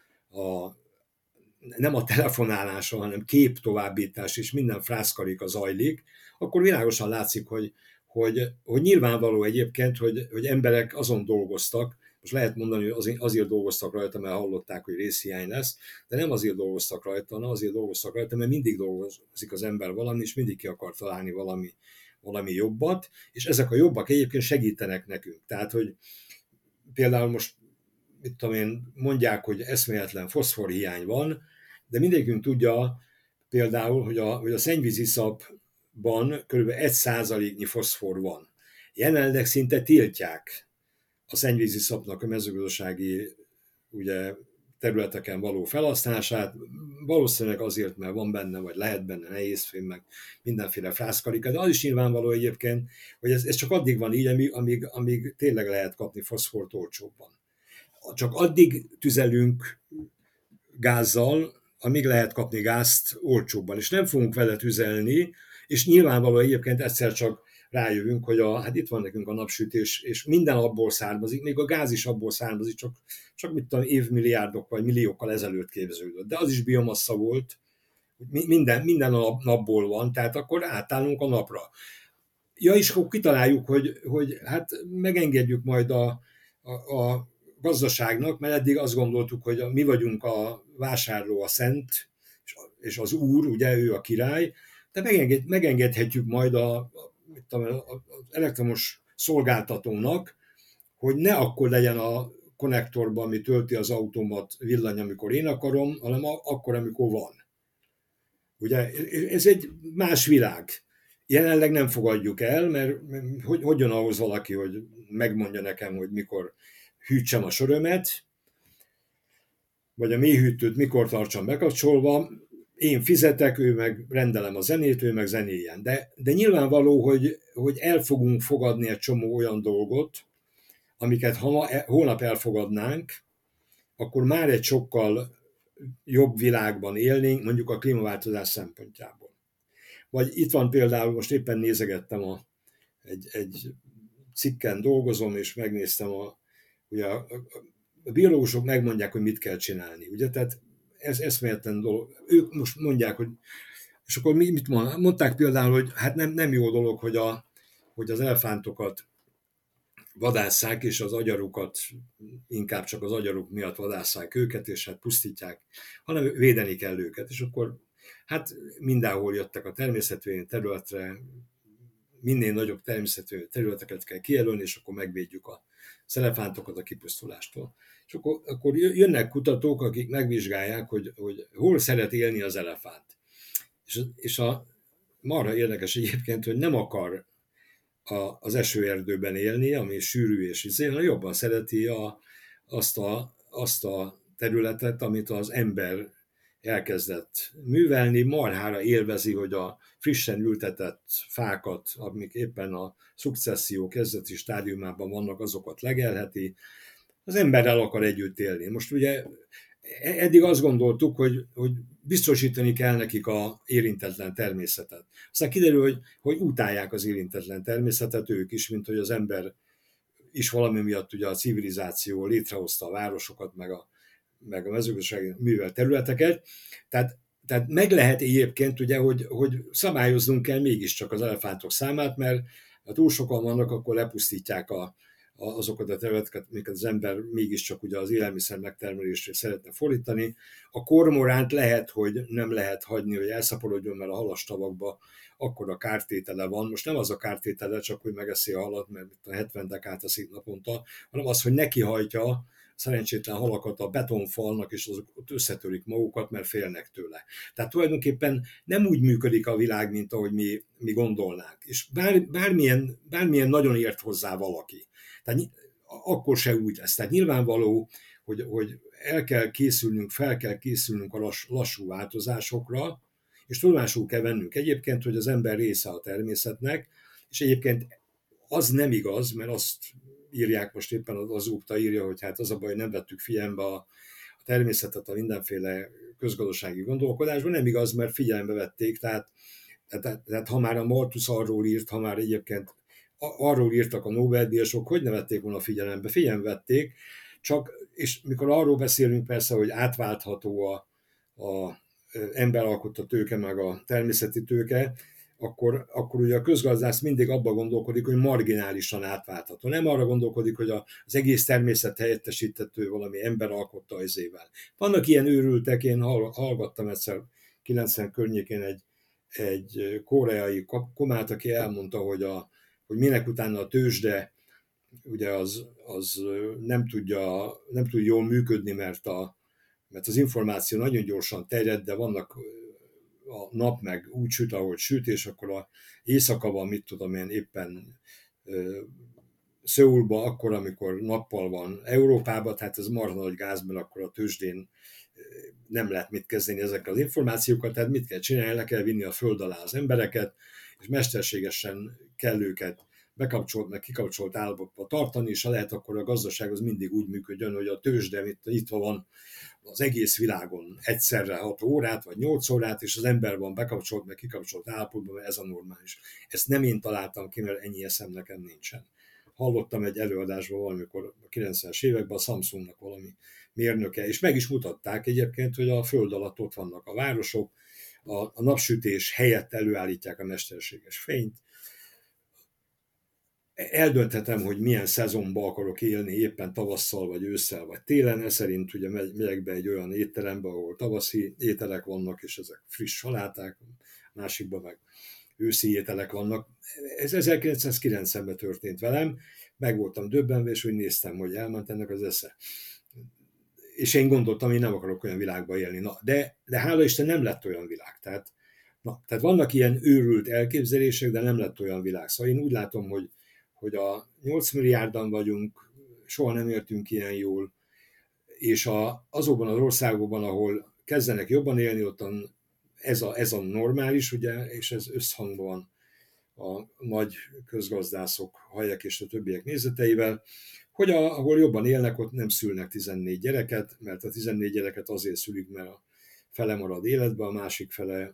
nem a telefonálása, hanem kép továbbítás és minden frászkarika zajlik, akkor világosan látszik, hogy nyilvánvaló egyébként, hogy emberek azon dolgoztak, most lehet mondani, hogy azért dolgoztak rajta, mert hallották, hogy részhiány lesz, de nem azért dolgoztak rajta, mert mindig dolgozik az ember valami, és mindig ki akar találni valami jobbat, és ezek a jobbak egyébként segítenek nekünk. Tehát, hogy például most, mit tudom én, mondják, hogy eszméletlen foszforhiány van, de mindenkünk tudja például, hogy a szennyvíziszapban kb. 1%-nyi foszfor van. Jelenleg szinte tiltják a szennyvíziszapnak a mezőgazdasági ugye, területeken való felhasználását, valószínűleg azért, mert van benne, vagy lehet benne nehézfém, meg mindenféle frászkarika, de az is nyilvánvaló egyébként, hogy ez csak addig van így, amíg tényleg lehet kapni foszfort olcsóbban. Csak addig tüzelünk gázzal, amíg lehet kapni gázt olcsóbban, és nem fogunk vele tüzelni, és nyilvánvaló egyébként egyszer csak rájövünk, hogy hát itt van nekünk a napsütés, és minden abból származik, még a gáz is abból származik, csak mit tudom, évmilliárdok vagy milliókkal ezelőtt képződött. De az is biomassa volt, minden napból van, tehát akkor átállunk a napra. Ja, és akkor kitaláljuk, hogy hát megengedjük majd a gazdaságnak, mert eddig azt gondoltuk, hogy mi vagyunk a vásárló, a szent, és az úr, ugye ő a király, de megengedhetjük majd az elektromos szolgáltatónak, hogy ne akkor legyen a konnektorban, ami tölti az autómat villany, amikor én akarom, hanem akkor, amikor van. Ugye ez egy más világ. jelenleg nem fogadjuk el, mert hogy jön ahhoz valaki, hogy megmondja nekem, hogy mikor hűtsem a sörömet, vagy a mélyhűtőt mikor tartsam bekapcsolva, én fizetek, ő meg rendelem a zenét, ő meg zenéljen. De nyilvánvaló, hogy el fogunk fogadni egy csomó olyan dolgot, amiket ha holnap elfogadnánk, akkor már egy sokkal jobb világban élnénk, mondjuk a klímaváltozás szempontjából. Vagy itt van például, most éppen nézegettem, egy cikken dolgozom, és megnéztem, ugye a biológusok megmondják, hogy mit kell csinálni. Ugye? Tehát ez eszméletlen dolog. Ők most mondják, hogy és akkor mit mondták például, hogy hát nem jó dolog, hogy az elefántokat vadásszák, és az agyarukat inkább csak az agyaruk miatt vadásszák őket, és hát pusztítják, hanem védeni kell őket. És akkor hát mindenhol jöttek a természetvédelmi területre, minél nagyobb természetvédelmi területeket kell kijelölni, és akkor megvédjük az elefántokat a kipusztulástól. És akkor jönnek kutatók, akik megvizsgálják, hogy hol szeret élni az elefánt. És a marha érdekes egyébként, hogy nem akar az esőerdőben élni, ami sűrű és hanem jobban szereti azt a területet, amit az ember elkezdett művelni, marhára élvezi, hogy a frissen ültetett fákat, amik éppen a szukcesszió kezdeti stádiumában vannak, azokat legelheti. Az emberrel akar együtt élni. Most ugye eddig azt gondoltuk, hogy biztosítani kell nekik az érintetlen természetet. Aztán kiderül, hogy utálják az érintetlen természetet ők is, mint hogy az ember is valami miatt ugye a civilizáció létrehozta a városokat, meg a mezőgazdasági művelt területeket. Tehát meg lehet egyébként, ugye, hogy szabályoznunk kell mégiscsak az elefántok számát, mert ha túl sokan vannak, akkor lepusztítják azokat a területeket, amiket az ember mégiscsak ugye az élelmiszer megtermelésre szeretne fordítani. A kormoránt lehet, hogy nem lehet hagyni, hogy elszaporodjon, mert a halastavakban akkora kártétele van. Most nem az a kártétele, csak hogy megeszi a halat, mert a 70 dekát eszik naponta, hanem az, hogy nekihajtja szerencsétlen halakat a betonfalnak, és azok ott összetörik magukat, mert félnek tőle. Tehát tulajdonképpen nem úgy működik a világ, mint ahogy mi gondolnánk. És bármilyen nagyon ért hozzá valaki. Tehát akkor se úgy lesz. Tehát nyilvánvaló, hogy fel kell készülnünk a lassú változásokra, és tudomásul kell vennünk egyébként, hogy az ember része a természetnek, és egyébként az nem igaz, mert azt írják most éppen az UPTA írja, hogy hát az a baj, hogy nem vettük figyelembe a természetet a mindenféle közgazdasági gondolkodásban. Nem igaz, mert figyelembe vették, tehát ha már a Malthus arról írt, ha már egyébként arról írtak a Nobel-díjasok, hogy ne vették volna figyelembe. Figyelembe vették, és mikor arról beszélünk persze, hogy átváltható a ember alkotta tőke, meg a természeti tőke, akkor ugye a közgazdász mindig abban gondolkodik, hogy marginálisan átváltható. Nem arra gondolkodik, hogy az egész természet helyettesíthető valami ember alkotta azével. Vannak ilyen őrültek, én hallgattam egyszer 90 környékén egy koreai komát, aki elmondta, hogy minek utána a tőzsde ugye az nem tud jól működni, mert az információ nagyon gyorsan terjed, de vannak a nap meg úgy süt, ahogy süt, és akkor a éjszaka van, mit tudom én, éppen Szöulban, akkor, amikor nappal van Európában, tehát ez marha nagy gáz, mert akkor a tőzsdén nem lehet mit kezdeni ezekkel az információkkal, tehát mit kell csinálni, le kell vinni a föld alá az embereket, és mesterségesen kell őket bekapcsolt, meg kikapcsolt állapotba tartani, és ha lehet, akkor a gazdaság az mindig úgy működjön, hogy a tőzsde itt van az egész világon egyszerre 6 órát, vagy 8 órát, és az ember van bekapcsolt, meg kikapcsolt állapotban, mert ez a normális. Ezt nem én találtam ki, mert ennyi eszem nekem nincsen. Hallottam egy előadásban valamikor a 90-es években a Samsungnak valami mérnöke, és meg is mutatták egyébként, hogy a föld alatt ott vannak a városok, a napsütés helyett előállítják a mesterséges fényt. Eldönthetem, hogy milyen szezonban akarok élni, éppen tavasszal, vagy ősszel, vagy télen. Ez szerint ugye megyek be egy olyan étterembe, ahol tavaszi ételek vannak, és ezek friss saláták, másikban meg őszi ételek vannak. Ez 1990-ben történt velem, meg voltam döbbenve, és úgy néztem, hogy elment ennek az esze. És én gondoltam, én nem akarok olyan világban élni. Na, de hála Isten nem lett olyan világ. Tehát Na, tehát vannak ilyen őrült elképzelések, de nem lett olyan világ. Szóval én úgy látom, hogy a 8 milliárdan vagyunk, soha nem értünk ilyen jól, és azokban az országokban, ahol kezdenek jobban élni, ottan ez a normális, ugye, és ez összhangban van a nagy közgazdászok, Hayek és a többiek nézeteivel, hogy ahol jobban élnek, ott nem szülnek 14 gyereket, mert a 14 gyereket azért szülik, mert a fele marad életben, a másik fele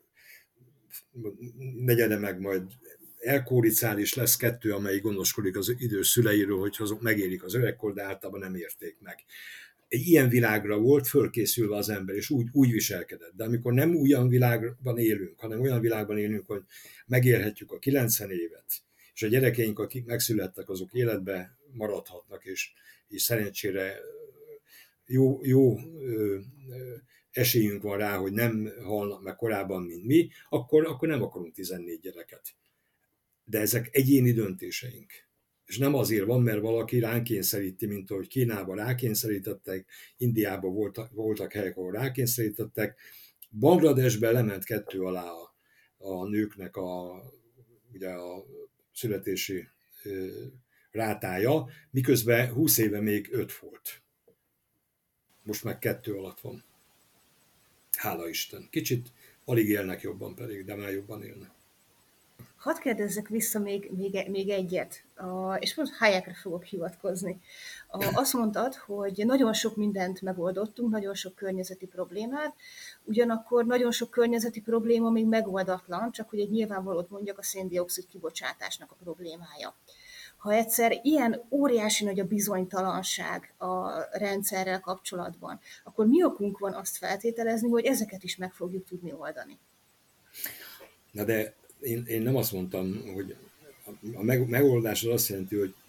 negyede meg majd elkóricál, és lesz 2, amelyik gondoskodik az idős szüleiről, hogy azok megérik az öregkor, de általában nem érték meg. Egy ilyen világra volt fölkészülve az ember, és úgy viselkedett. De amikor nem olyan világban élünk, hanem olyan világban élünk, hogy megélhetjük a 90 évet, és a gyerekeink, akik megszülettek, azok életbe maradhatnak, és szerencsére jó esélyünk van rá, hogy nem halnak meg korábban, mint mi, akkor nem akarunk 14 gyereket. De ezek egyéni döntéseink. És nem azért van, mert valaki ránk kényszeríti, mint ahogy Kínában rákényszerítettek, Indiában voltak helyek, ahol rákényszerítettek. Bangladesben lement 2 alá a nőknek ugye a születési rátája, miközben 20 éve még 5 volt. Most meg 2 alatt van. Hála Isten. Kicsit alig élnek jobban pedig, de már jobban élnek. Hadd kérdezzek vissza még egyet, és most Hayekre fogok hivatkozni. Azt mondtad, hogy nagyon sok mindent megoldottunk, nagyon sok környezeti problémát, ugyanakkor nagyon sok környezeti probléma még megoldatlan, csak hogy egy nyilvánvalót mondjak, a szén-dioxid kibocsátásnak a problémája. Ha egyszer ilyen óriási nagy a bizonytalanság a rendszerrel kapcsolatban, akkor mi okunk van azt feltételezni, hogy ezeket is meg fogjuk tudni oldani? Na de én nem azt mondtam, hogy a megoldás az azt jelenti, hogy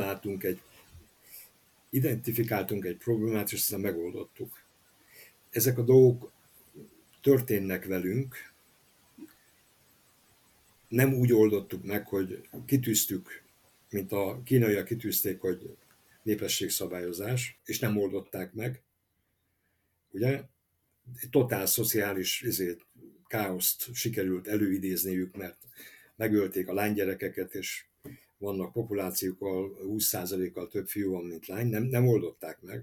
identifikáltunk egy problémát, és aztán megoldottuk. Ezek a dolgok történnek velünk, nem úgy oldottuk meg, hogy kitűztük, mint a kínaiak kitűzték, hogy népességszabályozás, és nem oldották meg. Ugye? Egy totál szociális káoszt sikerült előidézniük, mert megölték a lánygyerekeket, és vannak populációkkal 20%-kal több fiú van, mint lány, nem oldották meg.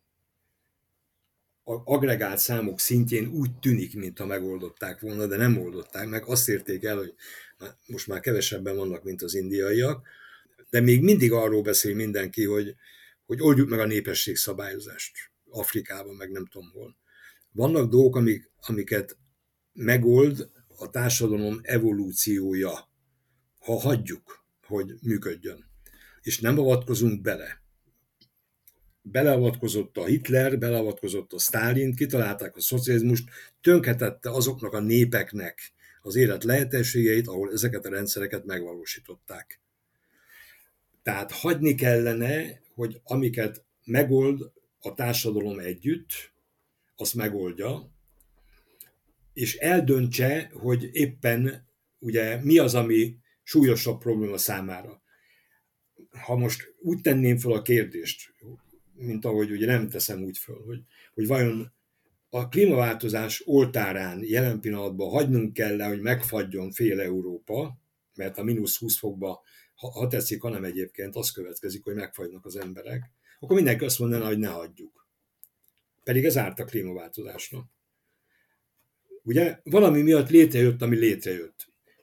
A agregált számok szintjén úgy tűnik, mintha megoldották volna, de nem oldották meg. Azt érték el, hogy most már kevesebben vannak, mint az indiaiak, de még mindig arról beszél mindenki, hogy oldjuk meg a népességszabályozást Afrikában, meg nem tudom hol. Vannak dolgok, amiket megold a társadalom evolúciója, ha hagyjuk, hogy működjön. És nem avatkozunk bele. Beleavatkozott a Hitler, beleavatkozott a Sztálin, kitalálták a szocializmust, tönkretette azoknak a népeknek az élet lehetőségeit, ahol ezeket a rendszereket megvalósították. Tehát hagyni kellene, hogy amiket megold a társadalom együtt, azt megoldja, és eldöntse, hogy éppen ugye mi az, ami súlyosabb probléma számára. Ha most úgy tenném fel a kérdést, mint ahogy ugye nem teszem úgy föl, hogy vajon a klímaváltozás oltárán jelen pillanatban hagynunk kell, hogy megfagyjon fél Európa, mert a -20 fokba, ha tetszik, hanem egyébként az következik, hogy megfagynak az emberek, akkor mindenki azt mondaná, hogy ne hagyjuk. Pedig ez árt a klímaváltozásnak. Ugye valami miatt létrejött, ami létrejött.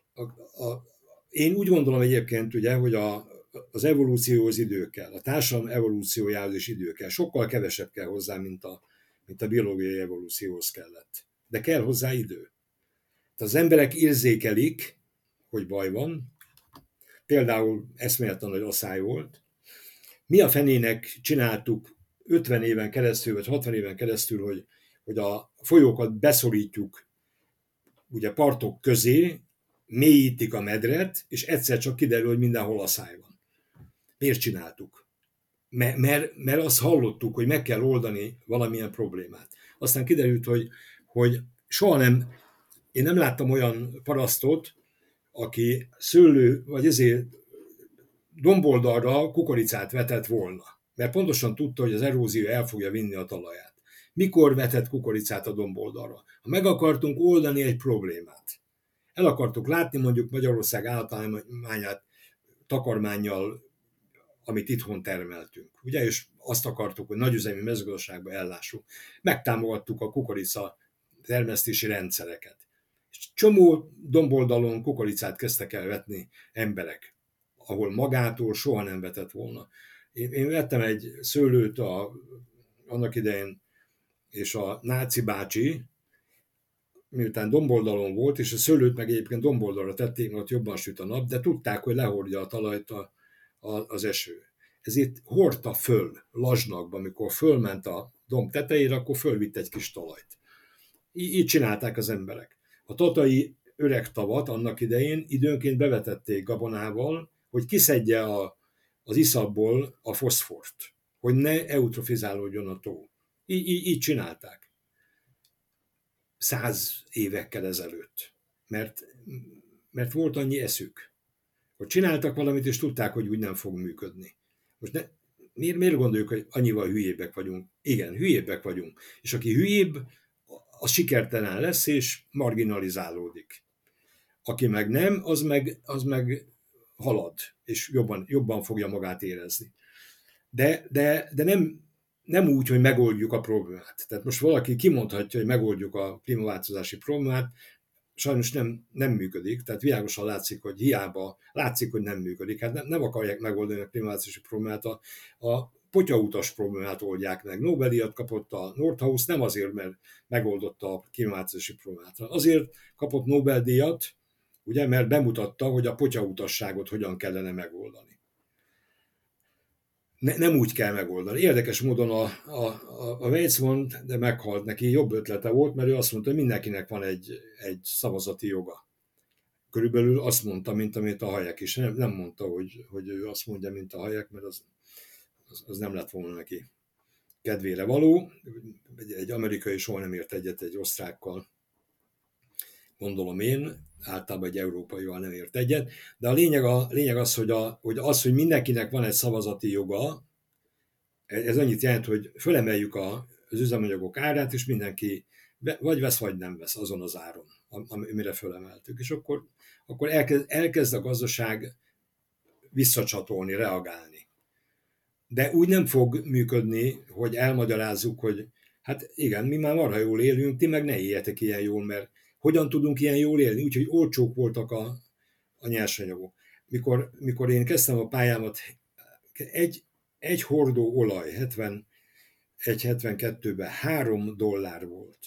Én úgy gondolom egyébként, ugye, hogy az evolúcióhoz idő kell, a társadalom evolúciójához is idő kell. Sokkal kevesebb kell hozzá, mint a biológiai evolúcióhoz kellett. De kell hozzá idő. Tehát az emberek érzékelik, hogy baj van. Például eszméletlen nagy asszály volt. Mi a fenének csináltuk 50 éven keresztül, vagy 60 éven keresztül, hogy a folyókat beszorítjuk ugye partok közé, mélyítik a medret, és egyszer csak kiderül, hogy mindenhol asszály van. Miért csináltuk? Mert azt hallottuk, hogy meg kell oldani valamilyen problémát. Aztán kiderült, hogy soha nem, én nem láttam olyan parasztot, aki szőlő, vagy ezért domboldalra kukoricát vetett volna. Mert pontosan tudta, hogy az erózió el fogja vinni a talaját. Mikor vetett kukoricát a domboldalra? Ha meg akartunk oldani egy problémát, el akartuk látni mondjuk Magyarország állatállományát takarmánnyal, amit itthon termeltünk, ugye, és azt akartuk, hogy nagyüzemi mezőgazdaságba ellássuk. Megtámogattuk a kukorica termesztési rendszereket. És csomó domboldalon kukoricát kezdtek el vetni emberek, ahol magától soha nem vetett volna. Én vettem egy szőlőt annak idején, és a náci bácsi, miután domboldalon volt, és a szőlőt meg egyébként domboldalra tették, mert ott jobban süt a nap, de tudták, hogy lehordja a talajt az eső. Ezért hordta föl lazsnakba, amikor fölment a domb tetejére, akkor fölvitt egy kis talajt. Így csinálták az emberek. A tatai öreg tavat annak idején időnként bevetették gabonával, hogy kiszedje az iszapból a foszfort, hogy ne eutrofizálódjon a tó. Így csinálták. 100 évekkel ezelőtt. Mert volt annyi eszük, hogy csináltak valamit, és tudták, hogy úgy nem fog működni. Most miért gondoljuk, hogy annyival hülyébbek vagyunk? Igen, hülyébbek vagyunk. És aki hülyébb, az sikertelen lesz, és marginalizálódik. Aki meg nem, az meg halad, és jobban fogja magát érezni. De nem úgy, hogy megoldjuk a problémát. Tehát most valaki kimondhatja, hogy megoldjuk a klímaváltozási problémát, sajnos nem működik, tehát világosan látszik, hogy hiába látszik, hogy nem működik. Hát nem akarják megoldani a klímaváltozási problémát, a potyautas problémát oldják meg. Nobel-díjat kapott a Nordhaus nem azért, mert megoldotta a klímaváltozási problémát. Azért kapott Nobel-díjat, ugye, mert bemutatta, hogy a potyautasságot hogyan kellene megoldani. Nem úgy kell megoldani. Érdekes módon a Weizmann, de meghalt, neki jobb ötlete volt, mert ő azt mondta, hogy mindenkinek van egy szavazati joga. Körülbelül azt mondta, mint amit a Hayek is. Nem mondta, hogy ő azt mondja, mint a Hayek, mert az nem lett volna neki kedvére való. Egy amerikai soha nem ért egyet egy osztrákkal, gondolom én, általában egy európaival nem ért egyet, de a lényeg az, hogy mindenkinek van egy szavazati joga, ez annyit jelent, hogy fölemeljük az üzemanyagok árát, és mindenki vagy vesz, vagy nem vesz azon az áron, amire fölemeltük. És akkor elkezd a gazdaság visszacsatolni, reagálni. De úgy nem fog működni, hogy elmagyarázzuk, hogy hát igen, mi már marha jól élünk, ti meg ne éljetek ilyen jól, mert hogyan tudunk ilyen jól élni? Úgyhogy olcsók voltak a nyersanyagok. Mikor én kezdtem a pályámat, egy hordó olaj 71-72-ben $3 volt.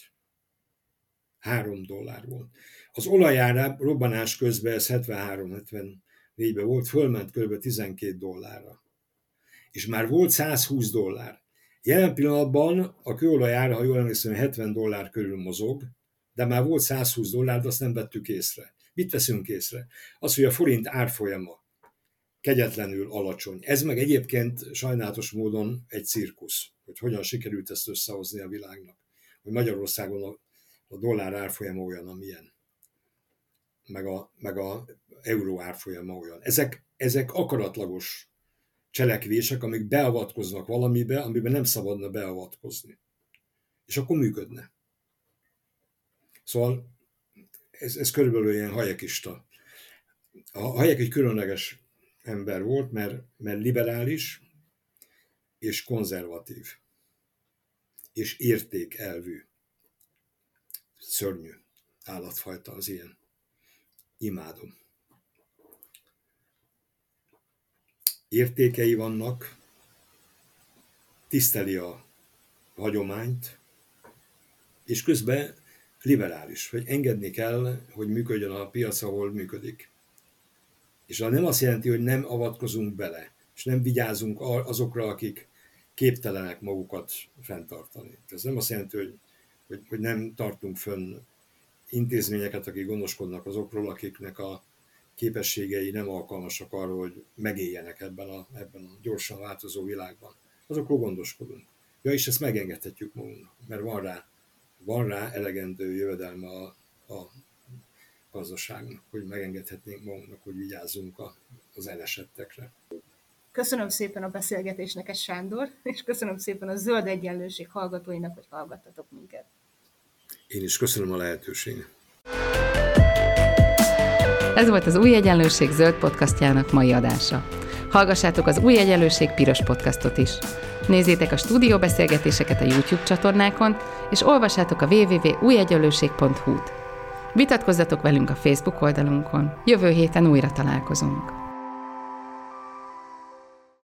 $3 volt. Az olajára robbanás közben, ez 73-74-ben volt, fölment kb. $12. És már volt $120. Jelen pillanatban a kőolaj ára, ha jól emlékszem, $70 körül mozog, de már volt $120, de azt nem vettük észre. Mit veszünk észre? Az, hogy a forint árfolyama kegyetlenül alacsony. Ez meg egyébként sajnálatos módon egy cirkusz, hogy hogyan sikerült ezt összehozni a világnak. Hogy Magyarországon a dollár árfolyama olyan, amilyen. Meg a euró árfolyama olyan. Ezek akaratlagos cselekvések, amik beavatkoznak valamibe, amiben nem szabadna beavatkozni. És akkor működne. Szóval ez körülbelül ilyen hayekista. A Hayek egy különleges ember volt, mert liberális és konzervatív, és értékelvű. Szörnyű állatfajta az ilyen. Imádom. Értékei vannak, tiszteli a hagyományt, és közben liberális, hogy engedni kell, hogy működjön a piac, ahol működik. És nem azt jelenti, hogy nem avatkozunk bele, és nem vigyázunk azokra, akik képtelenek magukat fenntartani. Ez nem azt jelenti, hogy nem tartunk fönn intézményeket, akik gondoskodnak azokról, akiknek a képességei nem alkalmasak arra, hogy megéljenek ebben a gyorsan változó világban. Azokról gondoskodunk. Ja, és ezt megengedhetjük magunknak, mert van rá elegendő jövedelme a gazdaságnak, hogy megengedhetnénk magunknak, hogy vigyázzunk az elesettekre. Köszönöm szépen a beszélgetésnek, Sándor, és köszönöm szépen a Zöld Egyenlőség hallgatóinak, hogy hallgattatok minket. Én is köszönöm a lehetőséget. Ez volt az Új Egyenlőség zöld podcastjának mai adása. Hallgassátok az Új Egyenlőség piros podcastot is. Nézzétek a stúdióbeszélgetéseket a YouTube csatornákon, és olvassátok a www.újegyenlőség.hu-t. Vitatkozzatok velünk a Facebook oldalunkon. Jövő héten újra találkozunk.